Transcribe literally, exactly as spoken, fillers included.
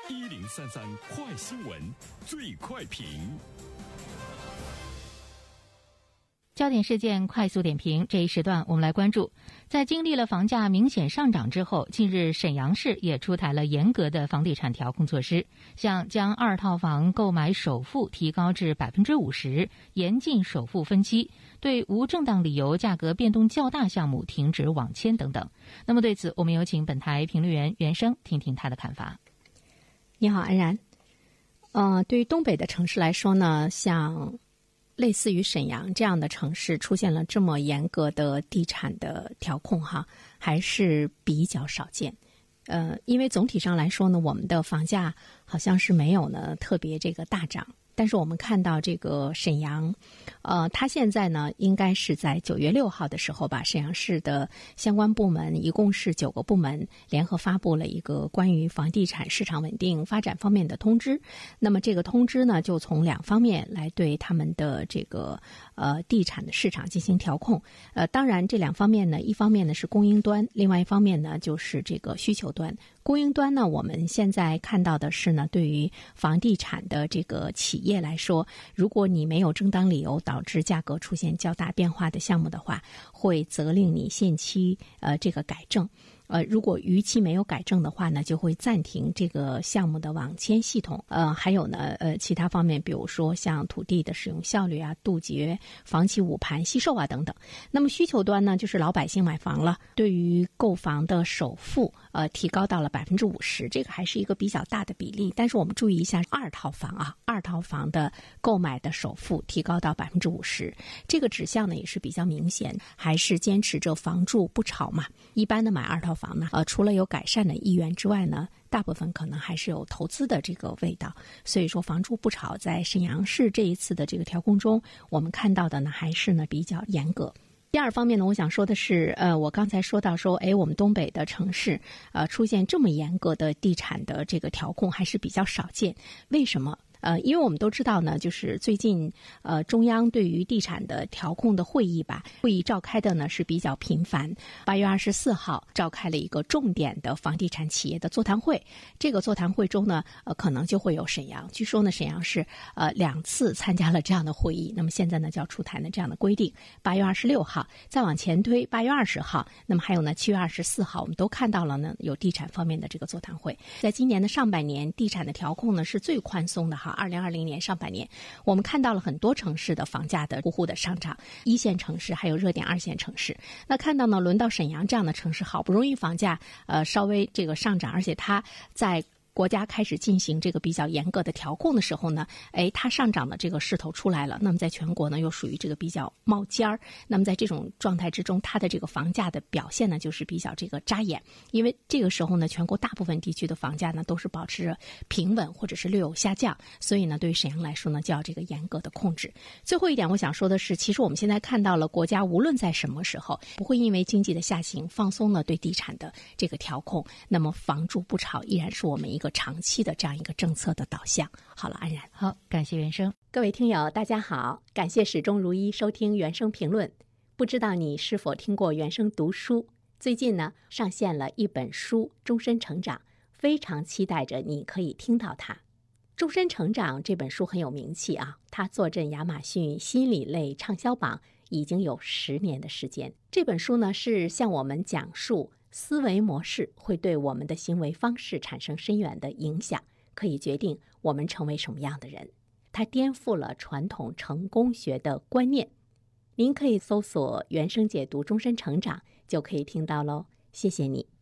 一零三三快新闻，最快评。 焦点事件快速点评，这一时段我们来关注，在经历了房价明显上涨之后，近日沈阳市也出台了严格的房地产调控措施，像将二套房购买首付提高至百分之五十，严禁首付分期，对无正当理由价格变动较大项目停止网签等等。那么对此，我们有请本台评论员袁生听听他的看法。 你好，安然。呃，对于东北的城市来说呢，像类似于沈阳这样的城市出现了这么严格的地产的调控哈，还是比较少见。呃，因为总体上来说呢，我们的房价好像是没有呢特别这个大涨。但是我们看到这个沈阳，呃，它现在呢应该是在九月六号的时候吧，沈阳市的相关部门一共是九个部门联合发布了一个关于房地产市场稳定发展方面的通知。那么这个通知呢，就从两方面来对他们的这个呃地产的市场进行调控。呃，当然这两方面呢，一方面呢是供应端，另外一方面呢就是这个需求端。供应端呢，我们现在看到的是呢，对于房地产的这个企业来说，如果你没有正当理由导致价格出现较大变化的项目的话，会责令你限期呃这个改正。呃，如果逾期没有改正的话呢，就会暂停这个项目的网签系统。呃，还有呢，呃，其他方面，比如说像土地的使用效率啊、杜绝房企捂盘惜售啊等等。那么需求端呢，就是老百姓买房了，对于购房的首付，呃，提高到了百分之五十，这个还是一个比较大的比例。但是我们注意一下，二套房啊，二套房的购买的首付提高到百分之五十，这个指向呢也是比较明显，还是坚持着房住不炒嘛。一般的买二套房呢，呃，除了有改善的意愿之外呢，大部分可能还是有投资的这个味道。所以说房住不炒在沈阳市这一次的这个调控中，我们看到的呢还是呢比较严格。第二方面呢，我想说的是，呃，我刚才说到说，哎，我们东北的城市，呃，出现这么严格的地产的这个调控还是比较少见。为什么？呃，因为我们都知道呢，就是最近呃中央对于地产的调控的会议吧，会议召开的呢是比较频繁。八月二十四号召开了一个重点的房地产企业的座谈会，这个座谈会中呢，呃可能就会有沈阳。据说呢，沈阳是呃两次参加了这样的会议。那么现在呢，就要出台呢这样的规定。八月二十六号，再往前推，八月二十号，那么还有呢七月二十四号，我们都看到了呢有地产方面的这个座谈会。在今年的上半年，地产的调控呢是最宽松的哈。二零二零年上半年，我们看到了很多城市的房价的呼呼的上涨，一线城市还有热点二线城市。那看到呢，轮到沈阳这样的城市，好不容易房价呃稍微这个上涨，而且它在国家开始进行这个比较严格的调控的时候呢，哎，它上涨的这个势头出来了。那么在全国呢，又属于这个比较冒尖儿。那么在这种状态之中，它的这个房价的表现呢，就是比较这个扎眼。因为这个时候呢，全国大部分地区的房价呢都是保持着平稳或者是略有下降，所以呢，对于沈阳来说呢，就要这个严格的控制。最后一点，我想说的是，其实我们现在看到了国家无论在什么时候，不会因为经济的下行放松了对地产的这个调控。那么房住不炒依然是我们一个长期的这样一个政策的导向。好了，安然。 好，感谢袁生。 各位听友大家好，感谢始终如一收听原声评论。不知道你是否听过原声读书，最近呢上线了一本书《终身成长》，非常期待着你可以听到它。《终身成长》这本书很有名气啊，它坐镇亚马逊心理类畅销榜已经有十年的时间。这本书呢是向我们讲述思维模式会对我们的行为方式产生深远的影响，可以决定我们成为什么样的人。它颠覆了传统成功学的观念。您可以搜索原声解读终身成长就可以听到喽，谢谢你。